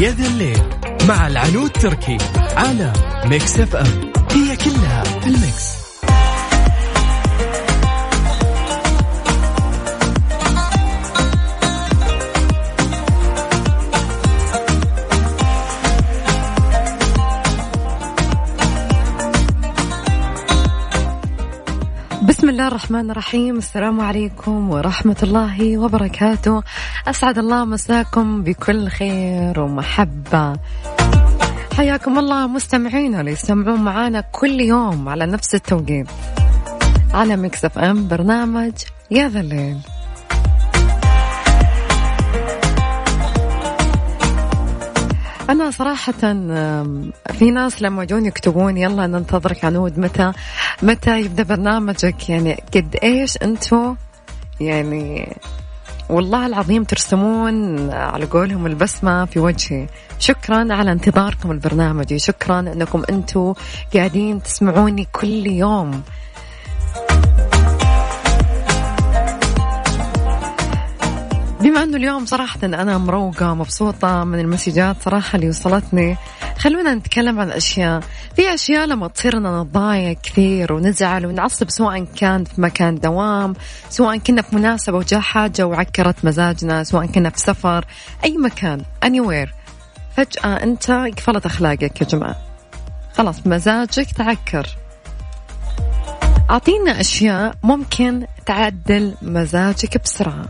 يا ذا الليل مع العنود تركي على ميكس اف ام، هي كلها في الميكس. بسم الله الرحمن الرحيم. السلام عليكم ورحمة الله وبركاته. أسعد الله مساكم بكل خير ومحبة. حياكم الله مستمعينا اللي يستمعون معنا كل يوم على نفس التوقيت على ميكس اف ام، برنامج يا ذا الليل. أنا صراحة في ناس لما يجون يكتبون يلا ننتظرك عنود متى يبدأ برنامجك، يعني قد إيش أنتوا يعني والله العظيم ترسمون على قولهم البسمة في وجهي. شكرا على انتظاركم البرنامج، شكرا أنكم أنتوا قاعدين تسمعوني كل يوم. بما أنه اليوم صراحة أنا مروقة مبسوطة من المسجات صراحة اللي وصلتني، خلونا نتكلم عن أشياء. في أشياء لما تصيرنا نضايق كثير ونزعل ونعصب، سواء كان في مكان دوام، سواء كنا في مناسبة وجاء حاجة وعكرت مزاجنا، سواء كنا في سفر، أي مكان anywhere، فجأة أنت قفلت أخلاقك يا جماعة، خلاص مزاجك تعكر. أعطينا أشياء ممكن تعدل مزاجك بسرعة.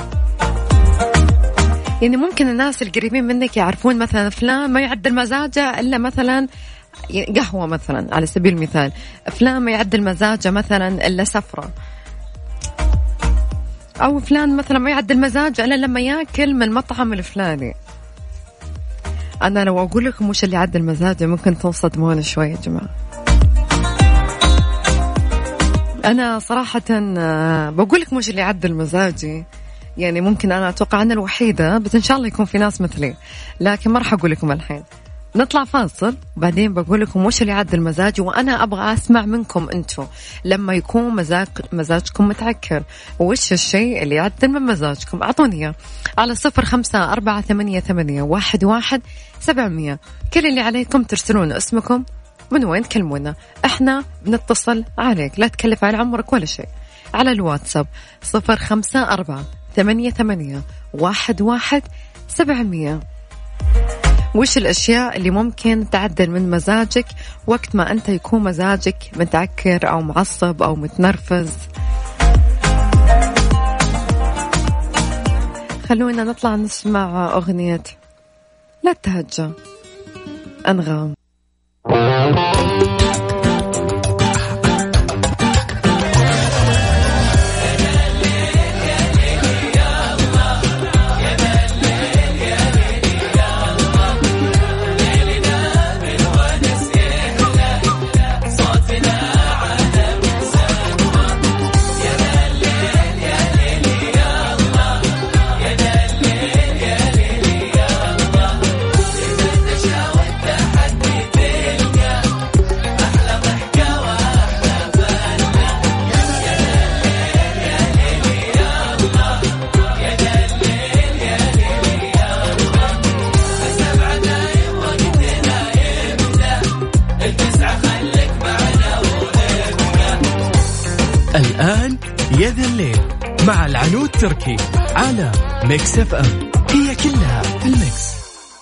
يعني ممكن الناس القريبين منك يعرفون مثلا فلان ما يعدل مزاجه إلا مثلا قهوة مثلا، على سبيل المثال فلان ما يعدل مزاجه مثلا إلا سفرة، أو فلان مثلا ما يعدل مزاجه إلا لما يأكل من المطعم الفلاني. أنا لو أقول لكم وش اللي يعدل مزاجه ممكن تصدمون شوي يا جماعة. أنا صراحة بقول لكم وش اللي يعدل مزاجي، يعني ممكن أنا أتوقع أنا الوحيدة، بس إن شاء الله يكون في ناس مثلي، لكن ما راح أقول لكم الحين. نطلع فاصل بعدين بقول لكم وش اللي يعدل مزاجي، وأنا أبغى أسمع منكم أنتم لما يكون مزاجكم متعكر، وش الشيء اللي يعدل من مزاجكم. أعطوني على 0548811700. كل اللي عليكم ترسلون اسمكم من وين تكلمونا، إحنا بنتصل عليك، لا تكلف على عمرك ولا شيء. على الواتساب 0548811700. وش الأشياء اللي ممكن تعدل من مزاجك وقت ما أنت يكون مزاجك متعكر أو معصب أو متنرفز؟ خلونا نطلع نسمع أغنية لا تهجى أنغام. الآن يا ذا الليل مع العنود تركي على ميكس اف ام، هي كلها في الميكس.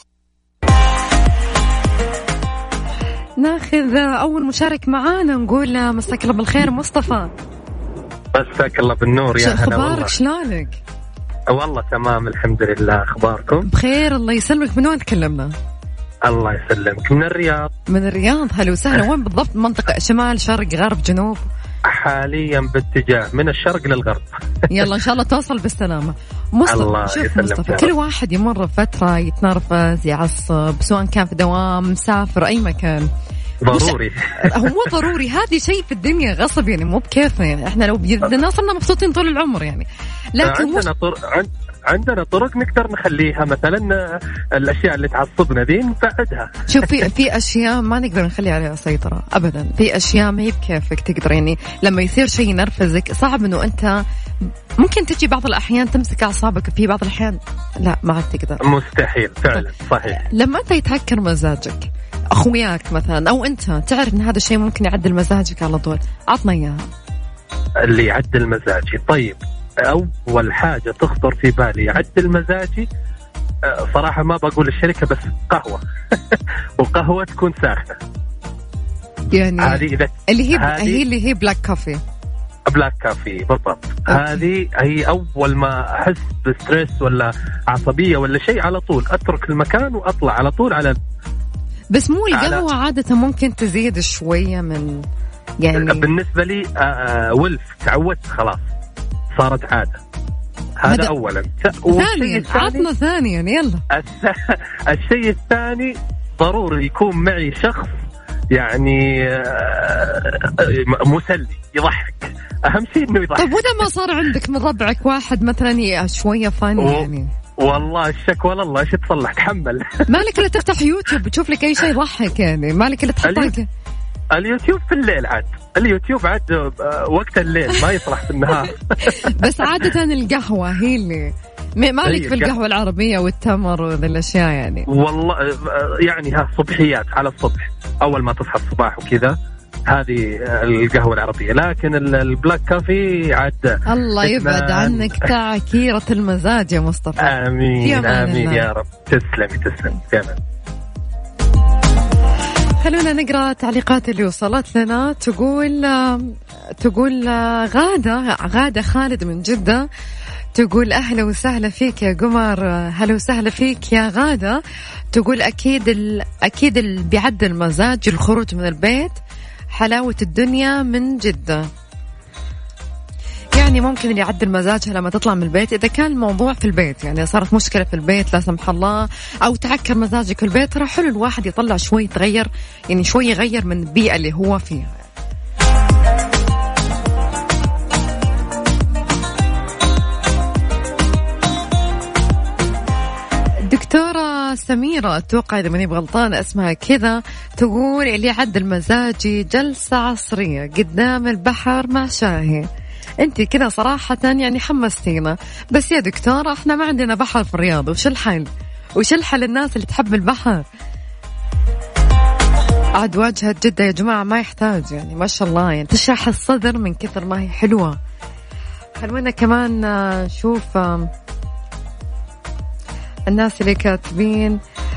ناخذ أول مشارك معانا، نقول مساك الله بالخير مصطفى. مساك الله بالنور يا هلا. أخبارك شلونك؟ والله تمام الحمد لله، أخباركم؟ بخير الله يسلمك. من وين تكلمنا؟ الله يسلمك من الرياض. من الرياض، هلا وسهلا. وين بالضبط منطقة؟ شمال شرق غرب جنوب؟ حاليا باتجاه من الشرق للغرب. يلا إن شاء الله توصل بالسلامة. مصطفى شوف مصطفى، كل واحد يمر فترة يتنرفز يعصب، سواء كان في دوام مسافر أي مكان، ضروري. هو مو ضروري، هذه شيء في الدنيا غصب، يعني مو بكيفنا، يعني احنا لو بدنا صرنا مبسوطين طول العمر يعني. لكن عندنا طرق نقدر نخليها، مثلا الأشياء اللي تعصبنا دي نبعدها. شوف في أشياء ما نقدر نخلي عليها سيطرة أبدا، في أشياء ما هي بكيفك تقدر، يعني لما يصير شيء ينرفزك صعب إنه أنت ممكن تجي بعض الأحيان تمسك أعصابك، في بعض الأحيان لا ما عاد تقدر. مستحيل فعلا. صحيح. لما أنت يتهكر مزاجك أخوياك مثلا أو أنت تعرف أن هذا الشيء ممكن يعدل مزاجك على طول، عطنا إياها. اللي يعدل مزاجي، طيب أول حاجة تخطر في بالي يعدل مزاجي صراحة ما بقول الشركة بس قهوة وقهوة تكون ساخنة يعني اللي هي بلاك كافي. بلاك كافي بالضبط. هذه هي أول ما أحس بستريس ولا عصبية ولا شيء على طول أترك المكان وأطلع على طول على. بس مو القهوة عادة ممكن تزيد شوية من يعني. بالنسبة لي ولف تعودت خلاص صارت عادة. هذا أولا. ثانيا عطنا ثانيا يلا. الشيء الثاني ضروري يكون معي شخص يعني مسلي يضحك، أهم شيء إنه يضحك. طيب وإذا ما صار عندك من ربعك واحد مثلا شوية فاني يعني؟ والله الشكوى لله ايش تصلح تحمل. مالك اللي تفتح يوتيوب تشوف لك أي شيء يضحك يعني، مالك اللي تحطك اليوتيوب في الليل عاد. اليوتيوب عاد وقت الليل ما يصلح في النهار. بس عادة القهوة هي اللي مالك في القهوة العربية والتمر وذي الأشياء يعني. والله يعني صبحيات على الصبح أول ما تصحى الصباح وكذا هذه القهوة العربية، لكن البلاك كافي عاد. الله يبعد عنك تعكيرة المزاج يا مصطفى. آمين آمين يا رب. تسلمي تمام. خلونا نقرأ تعليقات اللي وصلت لنا. تقول غادة خالد من جدة، تقول أهلا وسهلا فيك يا قمر. هلا وسهلا فيك يا غادة. تقول أكيد اللي بيعدل المزاج الخروج من البيت، حلاوة الدنيا من جدة. يعني ممكن اللي يعدل مزاجها لما تطلع من البيت إذا كان الموضوع في البيت، يعني صارت مشكلة في البيت لا سمح الله أو تعكر مزاجك في البيت، ترى حلو الواحد يطلع شوي يتغير، يعني شوي يغير من البيئة اللي هو فيها. دكتورة سميرة أتوقع إذا ماني بغلطان اسمها كذا، تقول اللي يعدل مزاجي جلسة عصرية قدام البحر مع شاهي. انتي كذا صراحة يعني حمستينا. بس يا دكتورة احنا ما عندنا بحر في الرياض، وش الحل الناس اللي تحب البحر؟ عاد واجهة جدة يا جماعة ما يحتاج يعني ما شاء الله يعني تشرح الصدر من كثر ما هي حلوة. خلونا كمان نشوف الناس اللي كاتبين.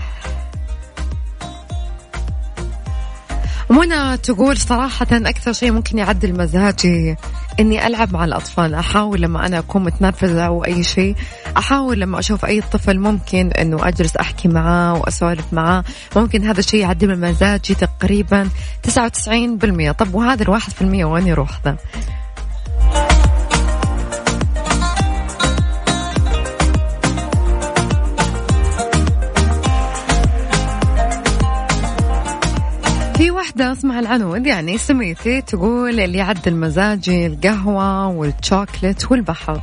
منى تقول صراحة أكثر شيء ممكن يعدل مزاجي إني ألعب مع الأطفال. أحاول لما أنا أكون متنرفزة أو أي شيء، أحاول لما أشوف أي طفل ممكن إنه أجلس أحكي معاه وأسولف معاه، ممكن هذا الشيء يعدل مزاجي تقريبا 99%. طب وهذا 1% وين يروح ذا؟ في واحدة اسمها العنود يعني سميتي، تقول اللي يعدل مزاجي القهوة والشوكلت والبحر.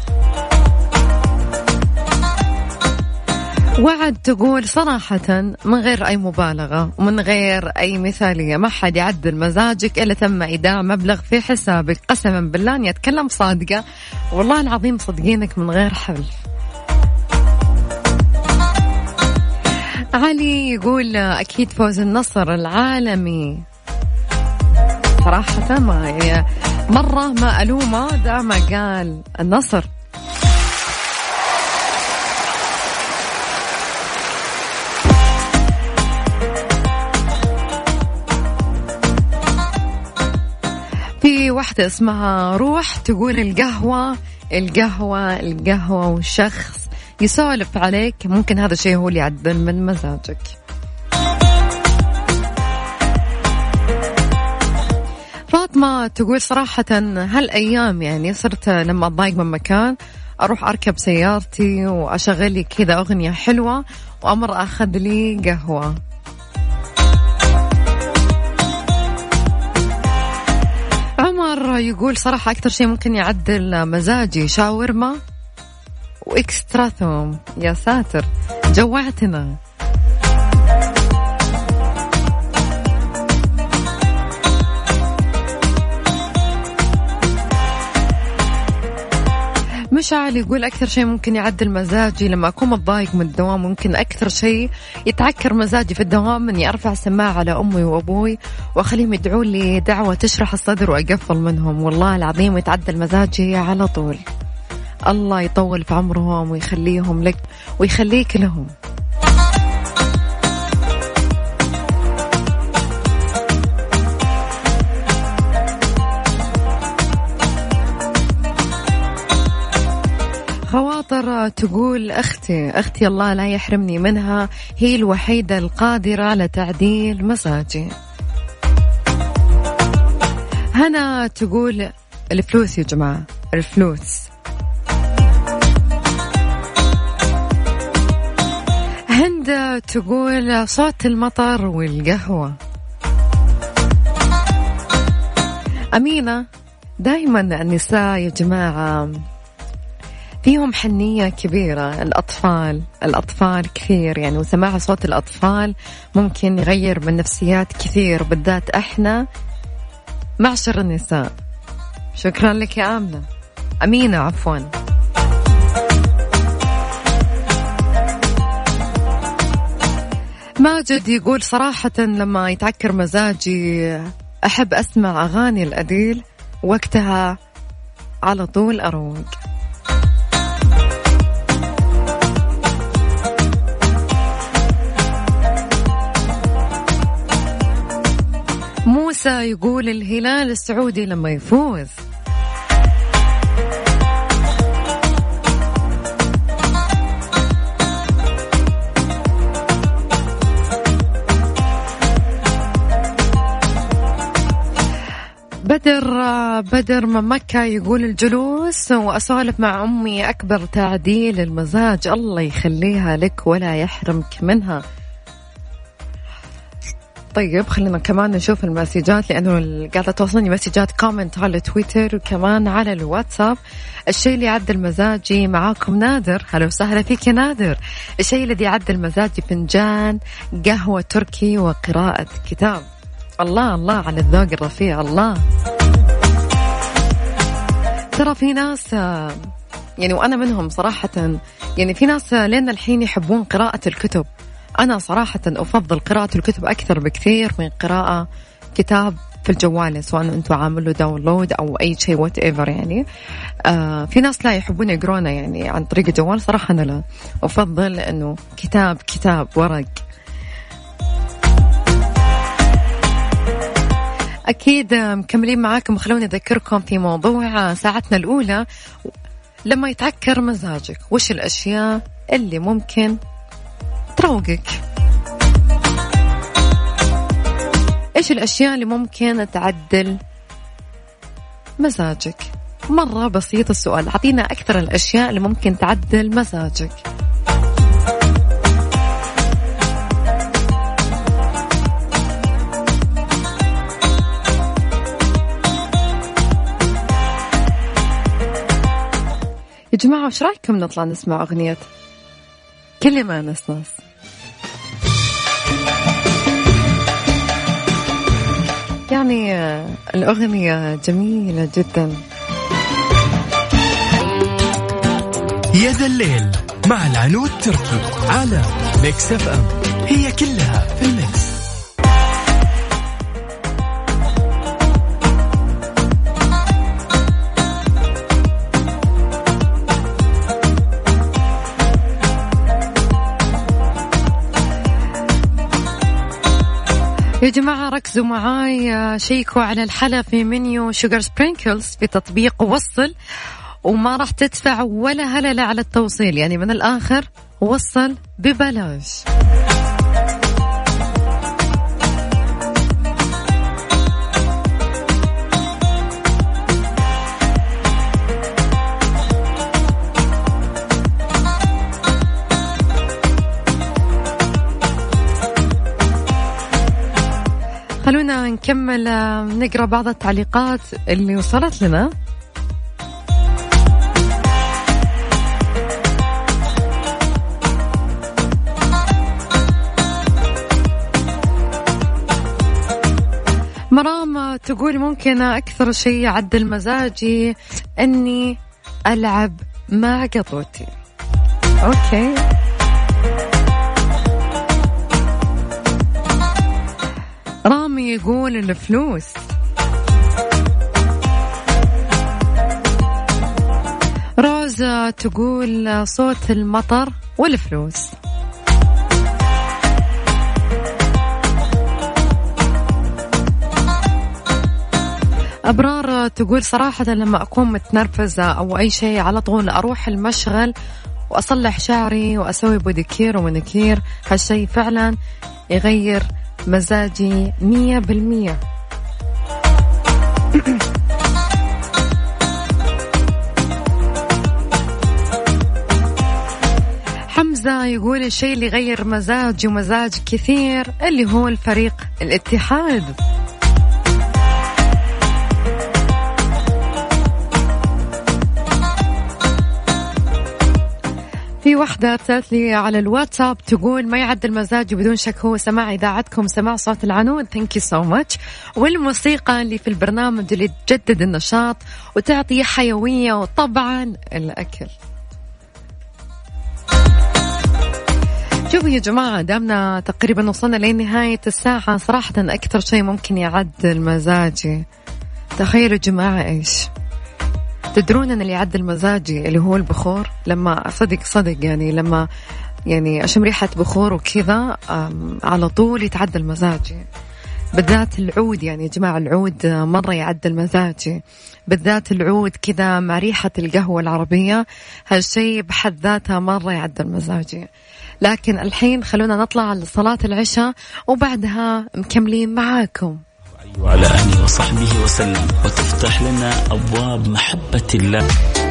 وعد تقول صراحة من غير أي مبالغة ومن غير أي مثالية، ما حد يعدل مزاجك إلا تم إيداع مبلغ في حسابك. قسما بالله أني أتكلم صادقة والله العظيم صدقينك من غير حلف. علي يقول أكيد فوز النصر العالمي. صراحة ما مرة ما ألومه دام قال النصر. في واحدة اسمها روح تقول القهوة والشخص يسولف عليك ممكن هذا الشيء هو اللي يعدل من مزاجك. فاطمة تقول صراحة هالأيام يعني صرت لما أضايق من مكان أروح أركب سيارتي وأشغل لي كذا أغنية حلوة وأمر أخذ لي قهوة. عمر يقول صراحة أكثر شيء ممكن يعدل مزاجي شاورما وإكسترا ثوم. يا ساتر جوعتنا. مشعل يقول أكثر شيء ممكن يعدل مزاجي لما أكون متضايق من الدوام، ممكن أكثر شيء يتعكر مزاجي في الدوام إني أرفع السماعة على أمي وأبوي وأخليهم يدعوا لي دعوة تشرح الصدر وأقفل منهم، والله العظيم يتعدل مزاجي على طول. الله يطول في عمرهم ويخليهم لك ويخليك لهم. خواطر تقول أختي الله لا يحرمني منها، هي الوحيدة القادرة على تعديل مزاجي. هنا تقول الفلوس يا جماعة، الفلوس. هند تقول صوت المطر والقهوة. أمينة دايما النساء يا جماعة فيهم حنية كبيرة، الأطفال كثير يعني، وسماع صوت الأطفال ممكن يغير من نفسيات كثير، بالذات إحنا معشر النساء. شكرا لك يا أمينة عفوا. ماجد يقول صراحة لما يتعكر مزاجي أحب أسمع أغاني الأديل، وقتها على طول أروق. موسى يقول الهلال السعودي لما يفوز. بدر من مكة يقول الجلوس وأسولف مع أمي أكبر تعديل المزاج، الله يخليها لك ولا يحرمك منها. طيب خلينا كمان نشوف المسجات، لأنه قاعدة توصلني مسجات كومنت على تويتر وكمان على الواتساب. الشيء اللي يعدل مزاجي معاكم نادر، هلا وسهلا فيك يا نادر. الشيء الذي يعدل مزاجي فنجان قهوة تركي وقراءة كتاب. الله الله على الذوق الرفيع. الله ترى في ناس يعني وأنا منهم صراحة، يعني في ناس لين الحين يحبون قراءة الكتب. أنا صراحة أفضل قراءة الكتب أكثر بكثير من قراءة كتاب في الجوال، سواء أنتوا عاملوا داونلود أو أي شيء whatever يعني. في ناس لا يحبون يقرونه يعني عن طريق الجوال، صراحة أنا لا أفضل أنه كتاب ورق. أكيد مكملين معاكم، وخلوني أذكركم في موضوع ساعتنا الأولى. لما يتعكر مزاجك وش الأشياء اللي ممكن تروقك؟ إيش الأشياء اللي ممكن تعدل مزاجك؟ مرة بسيط السؤال، أعطينا أكثر الأشياء اللي ممكن تعدل مزاجك. يا جماعة وش رأيكم نطلع نسمع أغنية كل ما نسنس؟ يعني الأغنية جميلة جدا. يا ذا الليل مع العنود تركي على ميكس اف ام، هي كلها في الميكس. يا جماعة ركزوا معاي، شيكوا على الحلا في منيو شوغر سبرينكلز في تطبيق وصل، وما راح تدفع ولا هللة على التوصيل، يعني من الآخر وصل ببلاش. خلونا نكمل نقرأ بعض التعليقات اللي وصلت لنا. مرام تقول ممكن أكثر شيء يعدل مزاجي أني ألعب مع قطوتي. أوكي. رامي يقول الفلوس. روزا تقول صوت المطر والفلوس. أبرار تقول صراحة لما أكون متنرفزة أو أي شيء على طول أروح المشغل وأصلح شعري وأسوي بوديكير ومانيكير، هالشيء فعلا يغير مزاجي 100%. حمزة يقول الشيء اللي يغير مزاجي ومزاج كثير اللي هو الفريق الاتحاد. في واحدة ارسلت لي على الواتساب تقول ما يعدل مزاجي بدون شك هو سماع إذاعتكم، سماع صوت العنود. Thank you so much. والموسيقى اللي في البرنامج اللي تجدد النشاط وتعطي حيوية، وطبعا الأكل. شوفوا يا جماعة، دامنا تقريبا وصلنا لنهاية الساعة، صراحة أكثر شيء ممكن يعدل مزاجي، تخيلوا جماعة إيش؟ تدرون أن اللي يعدل مزاجي اللي هو البخور. لما صدق يعني لما يعني أشم ريحة بخور وكذا على طول يتعدل مزاجي. بالذات العود يعني يا جماعة، العود مرة يعدل مزاجي، بالذات العود كذا مع ريحة القهوة العربية، هالشيء بحد ذاته مرة يعدل مزاجي. لكن الحين خلونا نطلع لصلاة العشاء وبعدها مكملين معاكم. وعلى آله وصحبه وسلم، وتفتح لنا أبواب محبة الله.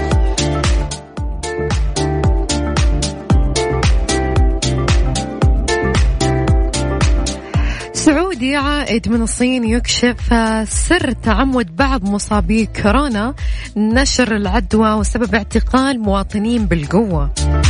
سعودي عائد من الصين يكشف سر تعمد بعض مصابي كورونا نشر العدوى وسبب اعتقال مواطنين بالقوة.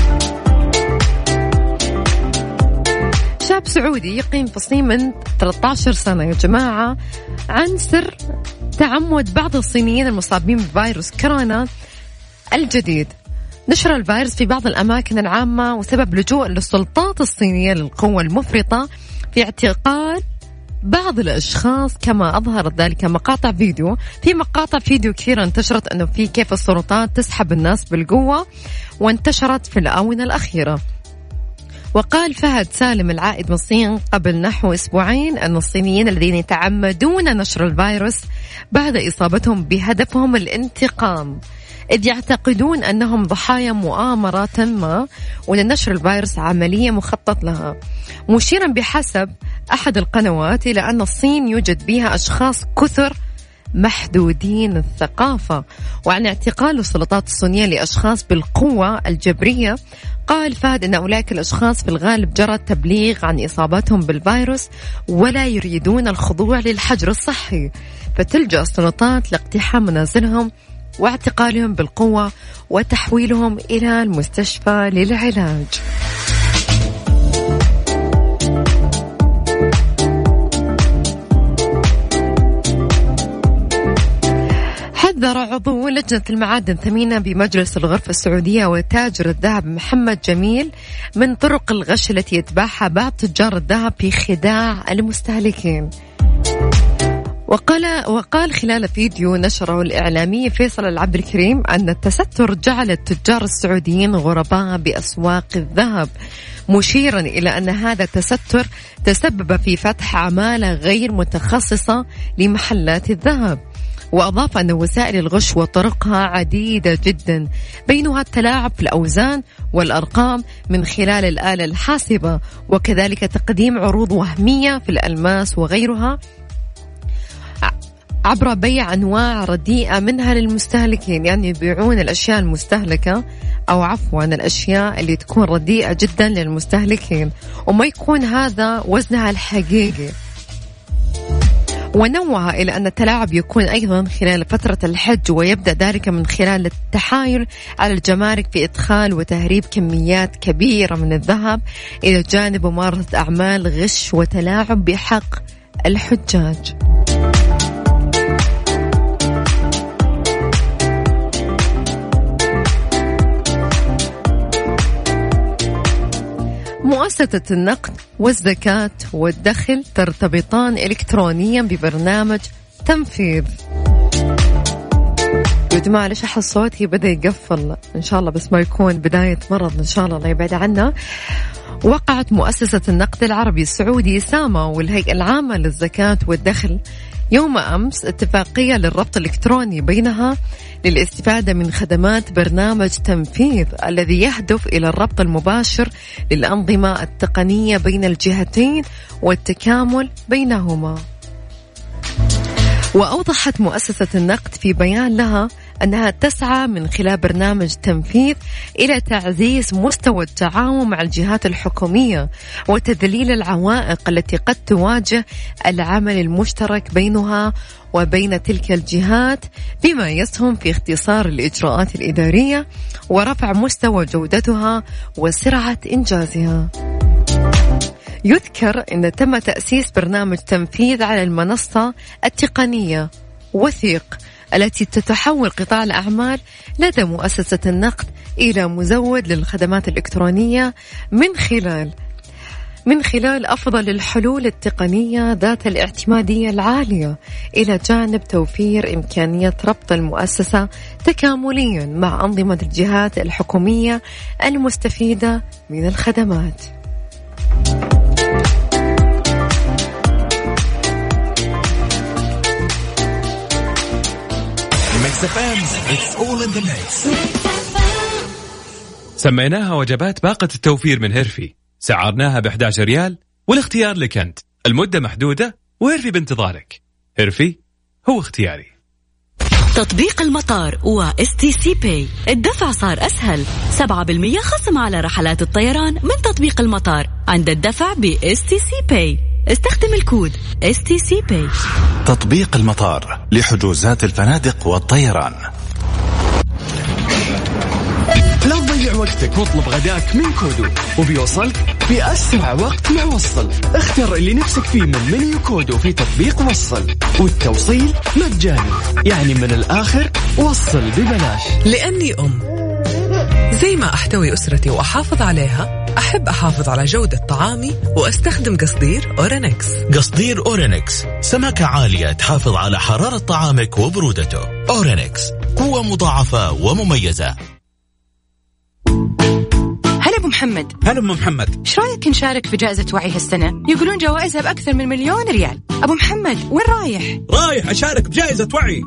شاب سعودي يقيم في الصين من 13 سنة يا جماعة عن سر تعمد بعض الصينيين المصابين بفيروس كورونا الجديد نشر الفيروس في بعض الأماكن العامة، وسبب لجوء للسلطات الصينية للقوة المفرطة في اعتقال بعض الأشخاص، كما أظهرت ذلك مقاطع فيديو. في مقاطع فيديو كثيرة انتشرت أنه في كيف السلطات تسحب الناس بالقوة، وانتشرت في الآونة الأخيرة. وقال فهد سالم العائد من الصين قبل نحو أسبوعين أن الصينيين الذين يتعمدون نشر الفيروس بعد إصابتهم بهدفهم الانتقام، إذ يعتقدون أنهم ضحايا مؤامرة تامة وأن نشر الفيروس عملية مخطط لها، مشيرا بحسب أحد القنوات إلى أن الصين يوجد بها أشخاص كثر محدودين الثقافة. وعن اعتقال السلطات الصينية لأشخاص بالقوة الجبرية، قال فهد أن أولئك الأشخاص في الغالب جرى التبليغ عن إصابتهم بالفيروس ولا يريدون الخضوع للحجر الصحي، فتلجأ السلطات لاقتحام منازلهم واعتقالهم بالقوة وتحويلهم إلى المستشفى للعلاج. حذر عضو لجنة المعادن الثمينة بمجلس الغرفة السعودية وتاجر الذهب محمد جميل من طرق الغش التي يتبعها بعض تجار الذهب في خداع المستهلكين. وقال خلال فيديو نشره الإعلامي فيصل العبد الكريم أن التستر جعل التجار السعوديين غرباء بأسواق الذهب، مشيرا إلى أن هذا التستر تسبب في فتح عمالة غير متخصصة لمحلات الذهب. وأضاف أن وسائل الغش وطرقها عديدة جدا، بينها التلاعب في الأوزان والأرقام من خلال الآلة الحاسبة، وكذلك تقديم عروض وهمية في الألماس وغيرها عبر بيع أنواع رديئة منها للمستهلكين. يعني يبيعون الأشياء المستهلكة أو عفوا الأشياء اللي تكون رديئة جدا للمستهلكين وما يكون هذا وزنها الحقيقي. ونوه إلى أن التلاعب يكون أيضا خلال فترة الحج، ويبدأ ذلك من خلال التحايل على الجمارك في إدخال وتهريب كميات كبيرة من الذهب، إلى جانب ممارسة أعمال غش وتلاعب بحق الحجاج. مؤسسة النقد والزكاة والدخل ترتبطان إلكترونيا ببرنامج تنفيذ. يا جماعة ليش أحس صوتي بدأ يقفل؟ إن شاء الله بس ما يكون بداية مرض، إن شاء الله الله يبعد عنا. وقعت مؤسسة النقد العربي السعودي ساما والهيئة العامة للزكاة والدخل يوم أمس اتفاقية للربط الإلكتروني بينها للاستفادة من خدمات برنامج تنفيذ الذي يهدف إلى الربط المباشر للأنظمة التقنية بين الجهتين والتكامل بينهما. وأوضحت مؤسسة النقد في بيان لها أنها تسعى من خلال برنامج تنفيذ إلى تعزيز مستوى التعاون مع الجهات الحكومية وتذليل العوائق التي قد تواجه العمل المشترك بينها وبين تلك الجهات، بما يسهم في اختصار الإجراءات الإدارية ورفع مستوى جودتها وسرعة إنجازها. يذكر أن تم تأسيس برنامج تنفيذ على المنصة التقنية وثيق التي تتحول قطاع الأعمال لدى مؤسسة النقد إلى مزود للخدمات الإلكترونية من خلال أفضل الحلول التقنية ذات الاعتمادية العالية، إلى جانب توفير إمكانية ربط المؤسسة تكامليا مع أنظمة الجهات الحكومية المستفيدة من الخدمات. سميناها وجبات باقة التوفير من هيرفي، سعرناها ب11 ريال والاختيار لك أنت، المدة محدودة وهيرفي بانتظارك. هيرفي هو اختياري. تطبيق المطار وSTC Pay، الدفع صار أسهل، 7% خصم على رحلات الطيران من تطبيق المطار عند الدفع بSTC Pay. استخدم الكود STC Pay. تطبيق المطار لحجوزات الفنادق والطيران. لا تضيع وقتك واطلب غداك من كودو وبيوصلك في أسرع وقت مع وصل. اختر اللي نفسك فيه من منيو كودو في تطبيق وصل، والتوصيل مجاني، يعني من الآخر وصل ببلاش. لأني زي ما أحتوي أسرتي وأحافظ عليها، أحب أحافظ على جودة طعامي وأستخدم قصدير أورينكس. قصدير أورينكس سمكة عالية تحافظ على حرارة طعامك وبرودته. أورينكس قوة مضاعفة ومميزة. هلا أبو محمد. هلا أم محمد، إيش رأيك نشارك في جائزة وعي هالسنة؟ يقولون جوائزها بأكثر من 1,000,000 ريال. أبو محمد وين رايح؟ رايح أشارك بجائزة وعي.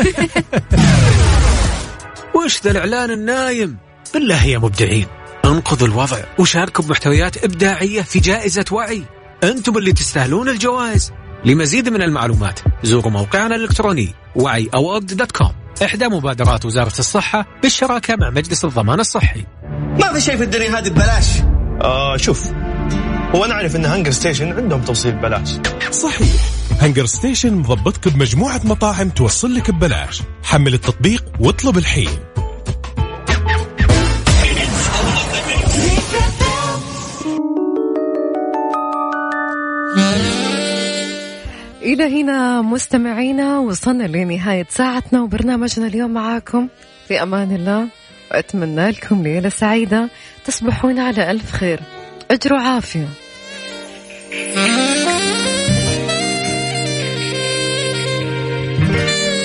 وش ذا الإعلان النايم؟ بالله يا مبدعين، انقذوا الوضع وشاركوا بمحتويات إبداعية في جائزة وعي. أنتم اللي تستاهلون الجوائز. لمزيد من المعلومات زوروا موقعنا الإلكتروني waiaward.com، إحدى مبادرات وزارة الصحة بالشراكة مع مجلس الضمان الصحي. ما في شيء في الدنيا هذه ببلاش. شوف، هو أنا أعرف إن هانجر ستيشن عندهم توصيل ببلاش. صحيح، هانجر ستيشن مضبطك بمجموعة مطاعم توصل لك ببلاش. حمل التطبيق واطلب الحين. إلى هنا مستمعينا وصلنا لنهاية ساعتنا وبرنامجنا اليوم معاكم. في أمان الله، وأتمنى لكم ليلة سعيدة، تصبحون على ألف خير، أجروا عافية.